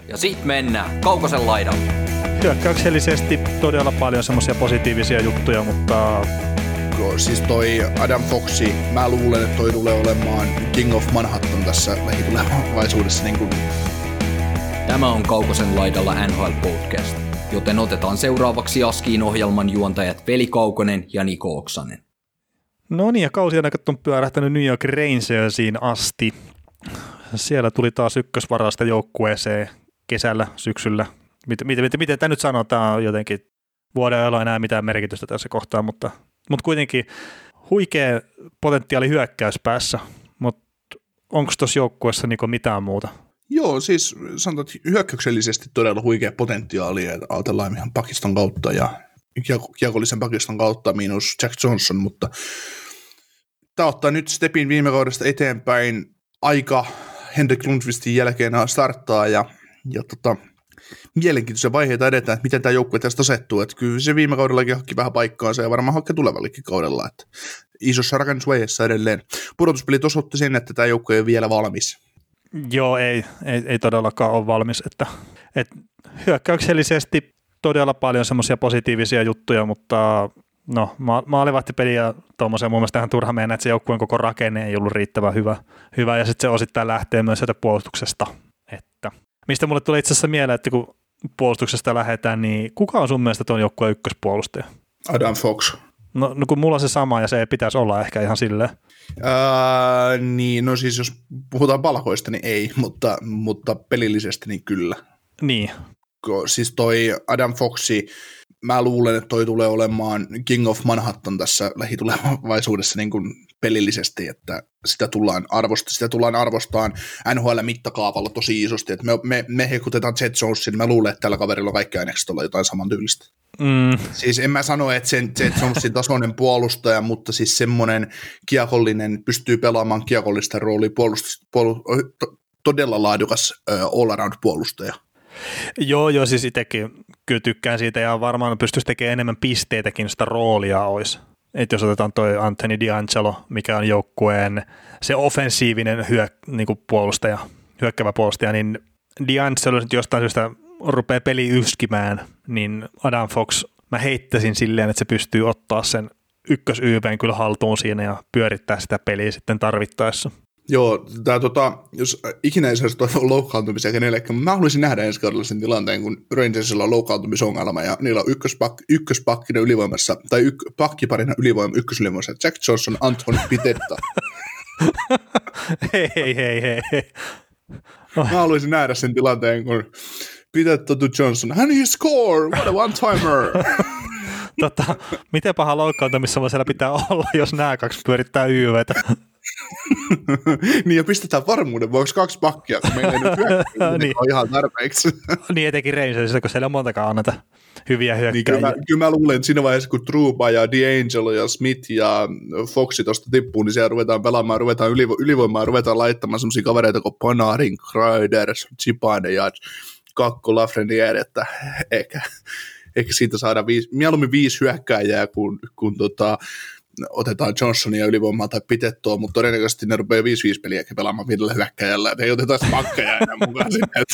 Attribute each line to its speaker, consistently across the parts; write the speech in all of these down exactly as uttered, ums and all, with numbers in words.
Speaker 1: Ja sit mennään Kaukosen laidalle.
Speaker 2: Hyökkäyksellisesti todella paljon semmoisia positiivisia juttuja, mutta...
Speaker 3: Siis toi Adam Foxi, mä luulen, että toi tulee olemaan King of Manhattan tässä lähitulevaisuudessa. Niin kuin...
Speaker 1: Tämä on Kaukosen laidalla N H L Podcast, joten otetaan seuraavaksi Askiin ohjelman juontajat Veli Kaukonen ja Niko Oksanen.
Speaker 2: No niin, ja kausi on pyörähtänyt New York Rangersiin asti. Siellä tuli taas ykkösvarasta joukkueeseen kesällä, syksyllä. Miten, miten, miten, miten tämä nyt sanotaan jotenkin? Vuoden ei ole enää mitään merkitystä tässä kohtaa, mutta, mutta kuitenkin huikea potentiaali hyökkäyspäässä, mutta onko tuossa joukkueessa niinku mitään muuta?
Speaker 3: Joo, siis sanotaan, että hyökkäyksellisesti todella huikea potentiaali, että ajatellaan ihan pakiston kautta ja kiekollisen pakiston kautta miinus Jack Johnson, mutta tämä ottaa nyt stepin viime kaudesta eteenpäin, aika Henrik Lundqvistin jälkeen starttaa ja, ja tota, mielenkiintoisia vaiheita edetään, että miten tämä joukkue tästä asettuu, että kyllä se viime kaudellakin hakki vähän paikkaansa ja varmaan hakki tulevallekin kaudella, että isossa rakennusvaiheessa edelleen. Pudotuspelit osoitti sen, että tämä joukkue ei ole vielä valmis. Joo,
Speaker 2: ei, ei, ei todellakaan ole valmis, että, että hyökkäyksellisesti todella paljon semmoisia positiivisia juttuja, mutta no ma- maalivahtipeli ja tuommoisen mun mielestä ihan turha mennä, että se joukkueen koko rakenne ei ollut riittävän hyvä, hyvä ja sitten se osittain lähtee myös sieltä puolustuksesta, että mistä mulle tulee itse asiassa mieleen, että kun puolustuksesta lähdetään, niin kuka on sun mielestä tuon joukkueen ykköspuolustaja?
Speaker 3: Adam Fox.
Speaker 2: No, no kun mulla on se sama ja se ei pitäisi olla ehkä ihan silleen.
Speaker 3: Öö, niin, no siis jos puhutaan palkoista, niin ei, mutta, mutta pelillisesti niin kyllä.
Speaker 2: Niin.
Speaker 3: Siis toi Adam Foxi, mä luulen, että toi tulee olemaan King of Manhattan tässä lähitulevaisuudessa niin kuin pelillisesti, että sitä tullaan arvostaa, sitä tullaan arvostamaan N H L-mittakaavalla tosi isosti, että me, me, me hekutetaan Jet Jonesin, niin mä luulen, että tällä kaverilla on kaikki ainekset olla jotain samantyylistä. Mm. Siis en mä sano, että sen Jet Jonesin tasoinen puolustaja, mutta siis semmoinen kiekollinen, pystyy pelaamaan kiekollista roolia, puolustus, puolust, todella laadukas uh, all-around-puolustaja.
Speaker 2: Joo, joo, siis itsekin kyllä tykkään siitä ja varmaan pystyisi tekemään enemmän pisteitäkin, sitä roolia olisi. Että jos otetaan toi Anthony DiAngelo, mikä on joukkueen se offensiivinen hyö, niin kuin puolustaja, hyökkävä puolustaja, niin DiAngelo nyt jostain syystä rupeaa peli yskimään, niin Adam Fox, mä heittäisin silleen, että se pystyy ottaa sen ykkösyypeen kyllä haltuun siinä ja pyörittää sitä peliä sitten tarvittaessa.
Speaker 3: Joo, tää, tota, jos ikinä ei saisi toivoa loukkaantumisia kenellekään, mä haluaisin nähdä ensi kaudella sen tilanteen, kun Rangersilla on loukkaantumisongelma ja niillä on ykköspak, ykköspakkina ylivoimassa, tai yk, pakkiparina ylivoima, ykkösylivoimassa, Jack Johnson, Anthony Pitetta.
Speaker 2: hei, hei, hei, hei.
Speaker 3: Mä haluaisin nähdä sen tilanteen, kun Pitetta to Johnson, and he score, what a one-timer!
Speaker 2: tota, miten paha loukkaantumissa siellä pitää olla, jos nämä kaksi pyörittää yyveitä?
Speaker 3: Niin ja pistetään varmuuden vuoksi kaksi pakkia, kun meillä ei nyt hyökkäyksiä niin. ole ihan tarpeeksi.
Speaker 2: Niin etenkin Rangersissa, kun siellä on montakaan anneta hyviä hyökkäjiä.
Speaker 3: Niin, kyllä, mä, kyllä mä luulen, että siinä vaiheessa, kun Trouba ja DiAngelo ja Smith ja Foxi tuosta tippuu, niin siellä ruvetaan pelaamaan, ruvetaan ylivo- ylivoimaa, ruvetaan laittamaan sellaisia kavereita kuin Panarin, Kreider, Chipane ja Kakko Lafreniere, että ehkä, ehkä siitä saadaan viisi, mieluummin viisi hyökkääjää, kun, kun tota, otetaan Johnsonia ylivoimaa tai Pitettoa, mutta todennäköisesti ne rupeaa viisi viisi peliä pelaamaan viidellä hyökkäjällä, että ei oteta pakkeja enää mukaan sinne.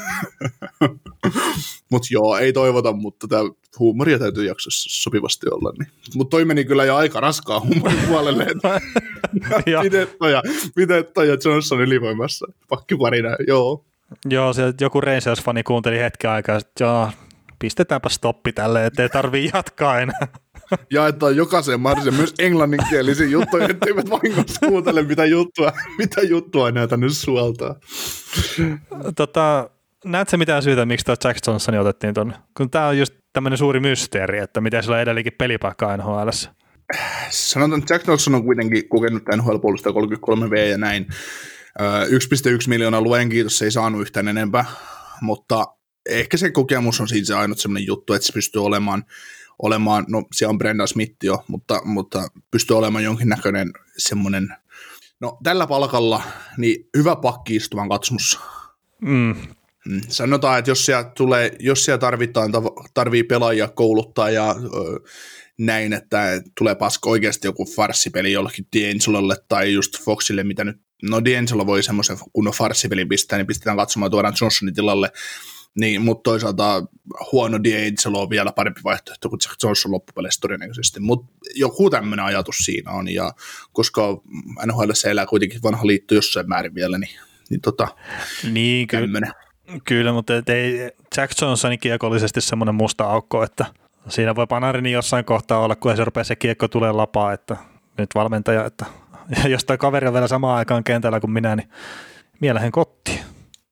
Speaker 3: Mutta joo, ei toivota, mutta tämä huumoria täytyy jaksossa sopivasti olla. Niin. Mutta toi meni kyllä jo aika raskaan huumorin puolelle, että Pitetto ja, Pitetto ja Johnson ylivoimassa, pakkiparina, joo.
Speaker 2: Joo, se joku Rangers-fani kuunteli hetken aikaa, että joo, pistetäänpä stoppi tälle, ettei tarvii jatkaa enää.
Speaker 3: Jaetaan jokaiseen mahdollisen myös englanninkielisiä juttuja, etteivät vahingossa kuuntele, mitä juttua, mitä juttua enää tänne suoltaa.
Speaker 2: Tota, näetkö mitään syytä, miksi tuo Jack Johnson otettiin tuonne? Kun tämä on just tämmöinen suuri mysteeri, että miten sillä on edelleenkin pelipaikka N H L:ssä.
Speaker 3: Sanotaan, että Jack Johnson on kuitenkin kokenut N H L-puolustaja kolmekymmentäkolme V ja näin. yksi pilkku yksi miljoonaa luen kiitos, ei saanut yhtään enempää, mutta ehkä se kokemus on siitä se ainut sellainen juttu, että se pystyy olemaan olemaan, no siellä on Brendan Smith jo, mutta, mutta pystyy olemaan jonkinnäköinen semmoinen, no tällä palkalla, niin hyvä pakki istuvan katsomussa. Mm. Mm. Sanotaan, että jos siellä, tulee, jos siellä tarvitaan, tarvii pelaajia kouluttaa ja ö, näin, että tulee paska oikeasti joku farssipeli jollekin DiAngelolle tai just Foxille, mitä nyt no D'Angelo voi semmoisen kunnon farssipelin pistää, niin pistetään katsomaan tuodaan Johnsonin tilalle, niin, mutta toisaalta huono D'Angelo on vielä parempi vaihtoehto kuin Jack Johnson loppupeleissä todennäköisesti, mutta joku tämmöinen ajatus siinä on, ja koska N H L:ssä elää kuitenkin vanha liitto jossain määrin vielä, niin, niin tota,
Speaker 2: niin, kyllä, kyllä, mutta ei Jack Johnsonin kiekollisesti semmoinen musta aukko, että siinä voi Panarini jossain kohtaa olla, kun se rupeaa se kiekko tulee lapaa, että nyt valmentaja, että ja jos toi kaveri on vielä samaan aikaan kentällä kuin minä, niin mielähän kotiin.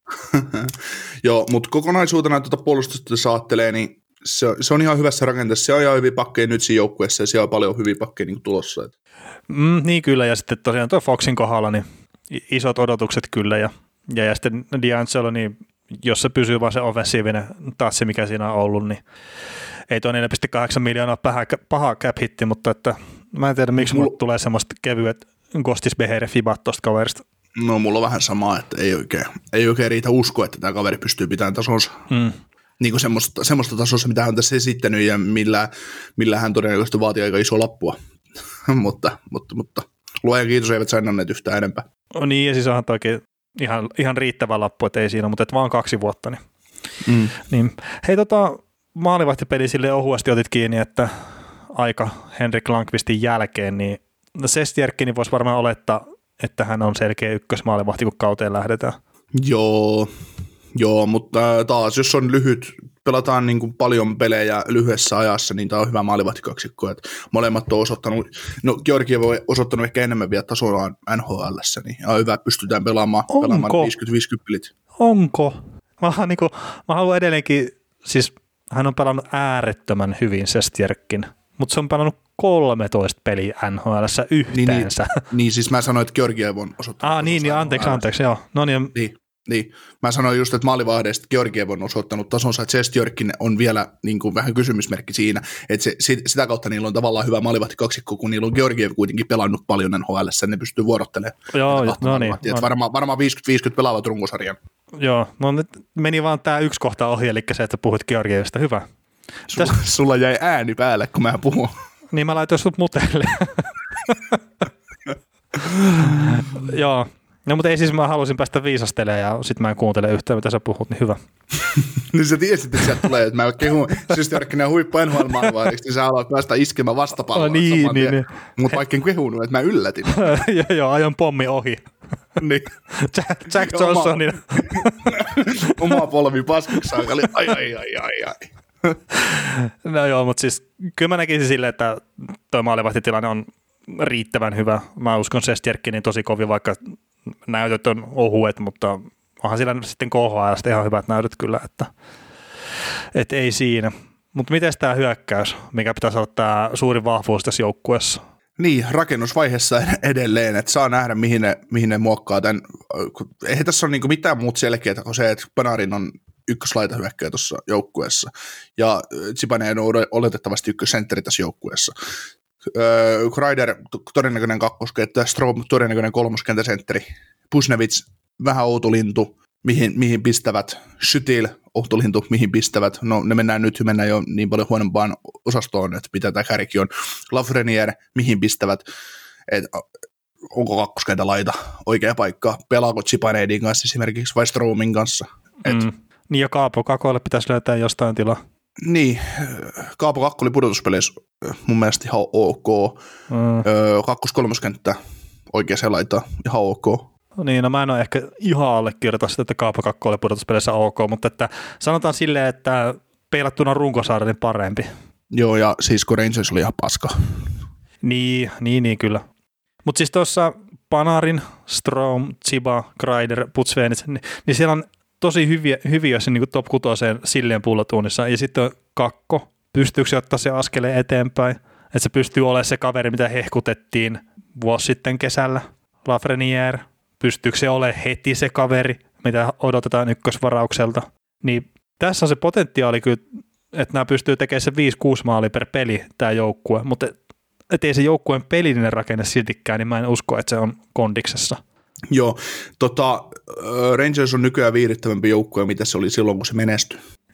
Speaker 3: Joo, mutta kokonaisuutena tuota puolustusta saattelee, niin se, se on ihan hyvässä rakenteessa. Se on ihan hyviä pakkeja nyt siinä joukkueessa ja siellä on paljon hyviä pakkeja niin tulossa.
Speaker 2: Mm, niin kyllä, ja sitten tosiaan tuo Foxin kohdalla niin isot odotukset kyllä, ja, ja, ja sitten D'Angelo, niin jos se pysyy vaan se offensiivinen tassi, mikä siinä on ollut, niin ei tuo neljä pilkku kahdeksan miljoonaa paha, paha cap-hitti, mutta että mä en tiedä, miksi mulle Mul... tulee semmoista kevyet Gostis-Behere-fibat tuosta kaverista.
Speaker 3: No mulla on vähän samaa, että ei oikein, ei oikein riitä uskoa, että tämä kaveri pystyy pitämään tasonsa. Mm. Niin kuin semmoista, semmoista tasossa, mitä hän on tässä esittänyt ja millä, millä hän todennäköisesti vaatii aika iso lappua. mutta, mutta, mutta luojan kiitos, eivät sainanneet yhtään enempää.
Speaker 2: No niin, ja siis onhan toki ihan, ihan riittävä lappu, että ei siinä, mutta et vaan kaksi vuotta. Niin. Mm. Niin. Hei, tota, maalivahtipeli silleen ohuesti otit kiinni, että aika Henrik Lundqvistin jälkeen, niin Sestjärkki voisi varmaan olettaa, että hän on selkeä ykkösmaalivahti, kun kauteen lähdetään.
Speaker 3: Joo, joo, mutta taas jos on lyhyt, pelataan niin kuin paljon pelejä lyhyessä ajassa, niin tämä on hyvä maalivahtikaksikko. Että molemmat on osoittanut, no Georgiev on osoittanut ehkä enemmän vielä tasoaan N H L:ssä, niin on hyvä, että pystytään pelaamaan, pelaamaan viisikymmentä viisikymmentä pelit.
Speaker 2: Onko? Mä, niin kuin, mä haluan edelleenkin, siis hän on pelannut äärettömän hyvin Sestjärkin, mutta se on pelannut kolmetoista peliä N H L:ssä yhteensä.
Speaker 3: Niin, niin, niin siis mä sanoin, että Georgiev on osoittanut.
Speaker 2: Ah, niin, niin anteeksi, anteeksi, joo. No niin.
Speaker 3: niin. Niin, mä sanoin just, että maalivahdeista Georgiev on osoittanut tasonsa, että Sestjärkin on vielä niin kuin vähän kysymysmerkki siinä, että se, sitä kautta niillä on tavallaan hyvä maalivahtikaksikko, kun niillä on Georgiev kuitenkin pelannut paljon N H L:ssä, ne pystyy vuorottelemaan.
Speaker 2: Joo, no niin. No.
Speaker 3: Varmaan, varmaan viisikymmentä viisikymmentä pelaavat runkosarjan.
Speaker 2: Joo, no nyt meni vaan tämä yksi kohta ohi, eli se, että puhut Georgievista, hyvä.
Speaker 3: Sulla, Täs... sulla jäi ääni päälle, kun mä puhun.
Speaker 2: Niin mä laitoin sut mutelle. Joo. No mutta ei siis, mä halusin päästä viisastelemaan ja sit mä en kuuntele yhtään, mitä sä puhut, niin hyvä.
Speaker 3: Niin sä tiesit, että sieltä tulee, että mä kehun Sestjärkkinen huippu N H L-maalivahdeksi, niin sä haluat päästä iskemään vastapalloa.
Speaker 2: No niin, niin, niin.
Speaker 3: Mutta vaikka en kehunut, että mä yllätin.
Speaker 2: joo, joo, ajon pommi ohi.
Speaker 3: Niin.
Speaker 2: Jack, Jack Johnsonin.
Speaker 3: Omaa polvi paskiksi saakali. Ai, ai, ai, ai, ai.
Speaker 2: No joo, mutta siis kyllä mä näkisin silleen, että toi maalivahtitilanne on riittävän hyvä. Mä uskon Sestjärkkinin tosi kovin, vaikka näytöt on ohuet, mutta onhan sillä sitten K H L:stä ihan hyvät näytöt kyllä, että, että ei siinä. Mutta miten tämä hyökkäys, mikä pitäisi olla tämä suurin vahvuus tässä joukkueessa?
Speaker 3: Niin, rakennusvaiheessa edelleen, että saa nähdä, mihin ne, mihin ne muokkaa tämän. Eihän tässä ole niinku mitään muuta selkeää kuin se, että Panarin on ykköslaitahyökkäjä tuossa joukkueessa, ja Zibanejad on oletettavasti ykkössentteri tässä joukkueessa. Kreider todennäköinen kakkoskenttä, Strome todennäköinen kolmoskenttäsentteri, Pusnevits vähän outolintu, mihin, mihin pistävät, Schüttil outolintu, mihin pistävät, no ne mennään nyt, mennään jo niin paljon huonompaan osastoon, että mitä tämä kärki on, Lafreniere, mihin pistävät, et, onko kakkoskenttä laita oikea paikka, pelaako Zibanejadin kanssa esimerkiksi vai Stromin kanssa. Et,
Speaker 2: mm. Niin ja Kaapo Kakoille pitäisi löytää jostain tilaa.
Speaker 3: Niin, Kaapo Kakko oli pudotuspeleissä mun mielestä ihan ok. Mm. Kakkos-kolmoskenttä oikeaan laitaan ihan ok.
Speaker 2: No niin, no mä en ole ehkä ihan allekirjoita sitä, että Kaapo Kakko oli pudotuspeleissä ok, mutta että sanotaan silleen, että peilattuna runkosarjan niin parempi.
Speaker 3: Joo, ja siis kun Rangers oli ihan paska.
Speaker 2: Niin, niin, niin kyllä. Mutta siis tuossa Panarin, Strome, Ziba, Kreider, Putsvenits, niin, niin siellä on tosi hyviä, hyviä se niin top kutoseen silleen pullotuunissa, ja sitten on Kakko, pystyykö se ottaa se askeleen eteenpäin, että se pystyy olemaan se kaveri, mitä hehkutettiin vuosi sitten kesällä, Lafreniere, pystyykö se olemaan heti se kaveri, mitä odotetaan ykkösvaraukselta, niin tässä on se potentiaali kyllä, että nämä pystyy tekemään se viisi kuusi maalia per peli, tämä joukkue, mutta ettei se joukkueen pelillinen rakenne siltikään, niin mä en usko, että se on kondiksessa.
Speaker 3: Joo, tota, Rangers on nykyään viihdyttävämpi joukkue, mitä se oli silloin, kun se menestyi.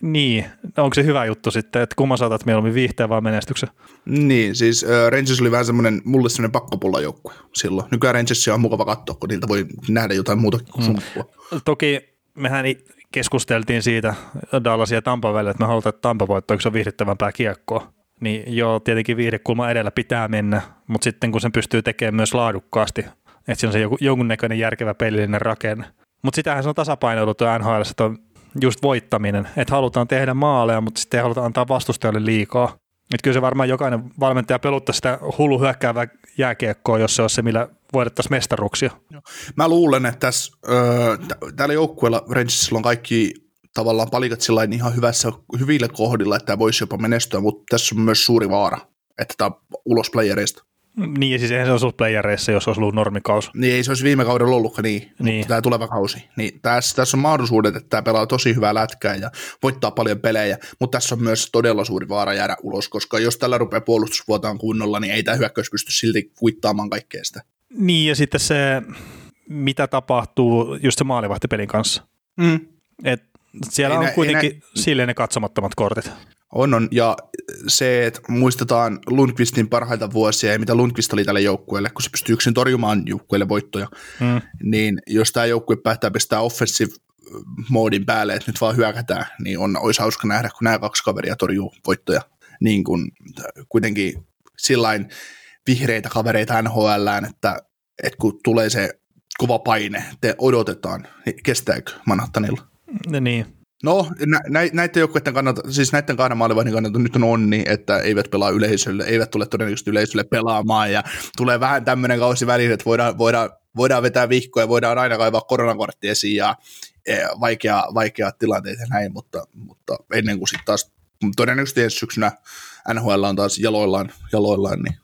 Speaker 2: Niin, onko se hyvä juttu sitten, että kumman saatat mieluummin viihteen vai menestyksen?
Speaker 3: Niin, siis äh, Rangers oli vähän semmoinen, mulle semmoinen pakkopullajoukkue silloin. Nykyään Rangersia on mukava katsoa, kun niiltä voi nähdä jotain muuta kuin sumppua.
Speaker 2: Mm. Toki mehän keskusteltiin siitä Dallasin ja Tampan välillä, että me halutaan, että Tampa voittaa, kun se on viihdyttävämpää kiekkoa. Niin joo, tietenkin viihdekulma edellä pitää mennä, mutta sitten kun sen pystyy tekemään myös laadukkaasti, että siinä on se joku, jonkunnäköinen järkevä pelillinen rakenne. Mutta sitähän se on tasapainoilu tuo N H L, että on just voittaminen, että halutaan tehdä maaleja, mutta sitten ei haluta antaa vastustajalle liikaa. Että kyllä se varmaan jokainen valmentaja peluttaa sitä hullu hyökkäävää jääkiekkoa, jos se on se, millä voidettaisiin mestaruuksia.
Speaker 3: Mä luulen, että tässä, ö, t- täällä joukkueella Rangersilla on kaikki tavallaan palikat sillain ihan hyvässä, hyvillä kohdilla, että tämä voisi jopa menestyä, mutta tässä on myös suuri vaara, että tämä on ulos playereista.
Speaker 2: Niin, ja siis eihän se olisi ollut playereissa, jos olisi ollut normikaus.
Speaker 3: Niin, ei se olisi viime kaudella ollutkaan niin,
Speaker 2: niin.
Speaker 3: Mutta tämä tuleva kausi. Niin, tässä, tässä on mahdollisuudet, että tämä pelaa tosi hyvää lätkää ja voittaa paljon pelejä, mutta tässä on myös todella suuri vaara jäädä ulos, koska jos tällä rupeaa puolustusvuotaan kunnolla, niin ei tämä hyökkäys pysty silti kuittaamaan kaikkea sitä.
Speaker 2: Niin, ja sitten se, mitä tapahtuu just se maalivahtipelin kanssa. Mm. Et siellä ei on nä, kuitenkin nä... silleen ne katsomattomat kortit.
Speaker 3: On, on, ja se, että muistetaan Lundqvistin parhaita vuosia ja mitä Lundqvist oli tälle joukkueelle, kun se pystyy yksin torjumaan joukkueelle voittoja, mm. niin jos tämä joukkue päättää pistää offensive-moodin päälle, että nyt vaan hyökätään, niin on, olisi hauska nähdä, kun nämä kaksi kaveria torjuu voittoja. Niin kuin kuitenkin sillain vihreitä kavereita N H L:ään, että, että kun tulee se kova paine, te odotetaan, niin kestääkö Manhattanilla?
Speaker 2: No niin.
Speaker 3: No, nä- näiden joukkueiden kannalta, siis näiden kahden maalivahdin kannalta nyt on onni, että eivät pelaa yleisölle, eivät tule todennäköisesti yleisölle pelaamaan, ja tulee vähän tämmöinen kausi väliin, että voidaan, voidaan, voidaan vetää vihkoja, voidaan aina kaivaa koronakortti esiin, ja vaikea, vaikeat tilanteet ja näin, mutta, mutta ennen kuin sitten taas todennäköisesti ensi syksynä N H L on taas jaloillaan, jaloillaan niin,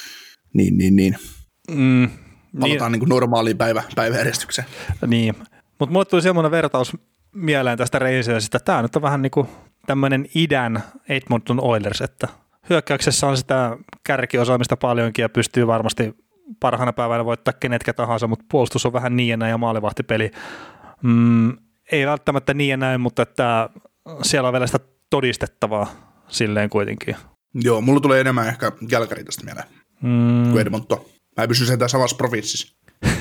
Speaker 3: niin, niin, niin. Mm, palataan niin, niin normaaliin päivä, päiväjärjestykseen.
Speaker 2: Niin, mutta mulle tuli semmoinen vertaus mieleen tästä Rangersista, että tämä nyt on vähän niin kuin tämmöinen idän Edmonton Oilers, että hyökkäyksessä on sitä kärkiosaamista paljonkin ja pystyy varmasti parhaana päivänä voittaa kenetkä tahansa, mutta puolustus on vähän niin ja näin ja maalivahtipeli mm, ei välttämättä niin ja näin, mutta että siellä on vielä sitä todistettavaa silleen kuitenkin. Joo,
Speaker 3: mulla tulee enemmän ehkä Calgary tästä mieleen mm. kuin Edmonton. Mä pysyn sen tässä samassa provinssissa.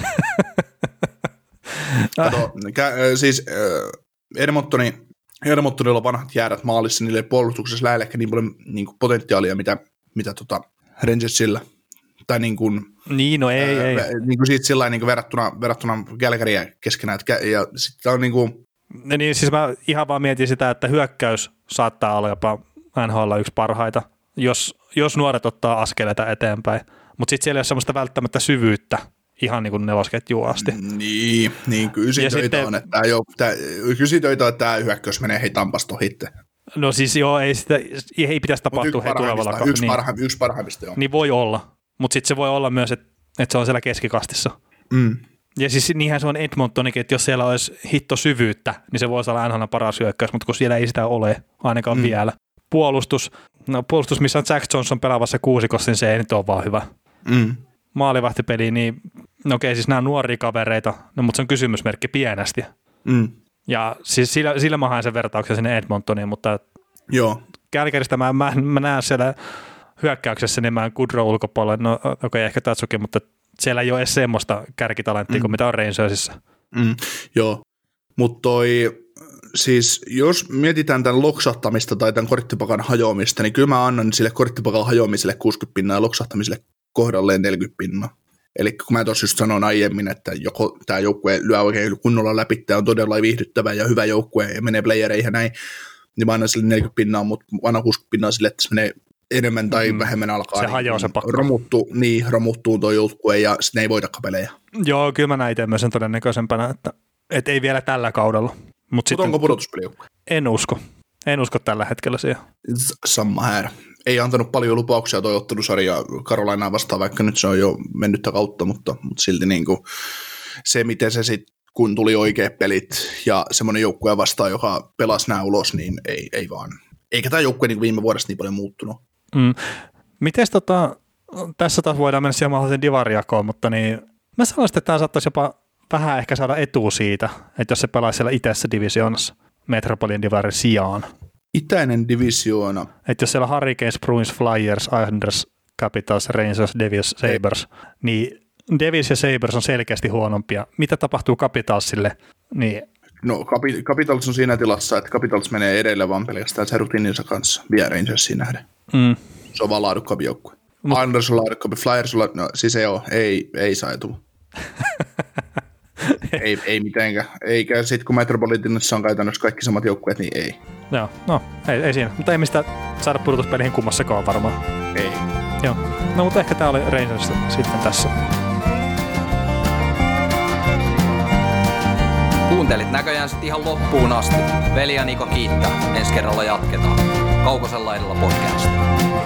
Speaker 3: Kato, kä- siis äh, Edmontoni, Edmontonilla on vanhat jäädät maalissa, niille puolustuksessa lähellä ehkä niin paljon niin kuin potentiaalia, mitä, mitä tota Rangersilla. Tai niin kuin,
Speaker 2: niin, no ei, ää, ei.
Speaker 3: Niin kuin siitä sillain niin kuin verrattuna, verrattuna Calgaryä keskenään. Ja sitten on niin kuin
Speaker 2: no niin, siis mä ihan vaan mietin sitä, että hyökkäys saattaa olla jopa N H L yksi parhaita, jos, jos nuoret ottaa askeleita eteenpäin. Mutta sitten siellä ei ole semmoista välttämättä syvyyttä ihan niin kuin nelosketjuun asti.
Speaker 3: Niin, niin kysytöitä on, että tämä, kysytöitä, että tämä hyökkäys menee hei Tampasta ohitte.
Speaker 2: No siis joo, ei, sitä, ei pitäisi tapahtua hei tulevalla kaudella.
Speaker 3: Yksi, parha, niin, yksi parhaimmista joo.
Speaker 2: Niin voi olla, mutta sitten se voi olla myös, että, että se on siellä keskikastissa. Mm. Ja siis niinhän se on Edmontonikin, että jos siellä olisi hitto syvyyttä, niin se voisi olla N H L paras hyökkäys, mutta kun siellä ei sitä ole ainakaan mm. vielä. Puolustus, no puolustus, missä on Jack Johnson pelaavassa kuusikossa, niin se ei nyt ole vaan hyvä. Mm. Maalivahtipeli, niin no okei, siis nämä on nuoria kavereita, no, mutta se on kysymysmerkki pienesti. Mm. Ja siis sillä, sillä mä haen sen vertauksen sinne Edmontoniin, mutta
Speaker 3: joo.
Speaker 2: Calgarysta mä, mä, mä näen siellä hyökkäyksessä nimään Goodrow ulkopuolella, no okei, okay, ehkä Tatsukin, mutta siellä ei ole edes semmoista kärkitalenttia mm. kuin mitä on Rangersissa.
Speaker 3: Mm. Joo, mutta toi, siis jos mietitään tämän loksahtamista tai tämän korttipakan hajoamista, niin kyllä mä annan sille korttipakan hajoamiselle kuusikymmentä pinnaa ja loksahtamiselle kohdalleen neljäkymmentä pinnaa. Eli kun mä tuossa just sanoin aiemmin, että joko tämä joukkue lyö oikein kunnolla läpi, tämä on todella viihdyttävä ja hyvä joukkue ja menee playereihin ja näin, niin mä annan sille neljäkymmentä pinnaa, mutta annan kuusikymmentä pinnaa sille, että se menee enemmän tai mm. vähemmän alkaa.
Speaker 2: Se niin, hajoaa se pakko.
Speaker 3: Romuttuu, niin, romuttuu tuo joukkue ja sitten ne ei voita pelejä.
Speaker 2: Joo, kyllä mä näin itse myös sen todennäköisempänä, että, että ei vielä tällä kaudella. Mutta
Speaker 3: Mut
Speaker 2: sitten,
Speaker 3: onko pudotuspelijoukkue?
Speaker 2: En usko. En usko tällä hetkellä siihen.
Speaker 3: Samma här. Ei antanut paljon lupauksia tuo ottelusarja Carolinaa vastaan, vaikka nyt se on jo mennyttä kautta, mutta, mutta silti niin kuin se, miten se sitten, kun tuli oikeat pelit ja semmoinen joukkue vastaan, joka pelasi nämä ulos, niin ei, ei vaan. Eikä tämä joukkue niin viime vuodesta niin paljon muuttunut.
Speaker 2: Mm. Mites tota, tässä taas voidaan mennä siihen mahdollisen divarijakoon, mutta niin mä sanoisin, että tämä saattaisi jopa vähän ehkä saada etua siitä, että jos se pelaisi siellä itse divisioonassa Metropolin divarin sijaan.
Speaker 3: Itäinen divisioona.
Speaker 2: Että jos siellä on Hurricanes, Bruins, Flyers, Islanders, Capitals, Rangers, Devils, Sabres, niin Devils ja Sabres on selkeästi huonompia. Mitä tapahtuu Capitalsille? Niin.
Speaker 3: No Capitals on siinä tilassa, että Capitals menee edelle vaan pelkästään se rutiininsa kanssa vielä Rangersiin nähden. Mm. Se on vaan laadukkaampi joukkue. Mut. Islanders on laadukkaampi, Flyers on laadukkaampi. No siis ei ole, ei, ei saitu. ei, ei mitenkään. Eikä sitten kun Metropolitanissa on käytännössä kaikki samat joukkueet, niin ei.
Speaker 2: Joo, no ei, ei siinä. Mutta ei mistä saada pudotuspeleihin kummassakaan varmaan.
Speaker 3: Ei.
Speaker 2: Joo. No mutta ehkä tää oli Rangers sitten tässä.
Speaker 1: Kuuntelit näköjään sitten ihan loppuun asti. Veli ja Niko kiittää. Ensi kerralla jatketaan. Kaukosen laidalla podcast.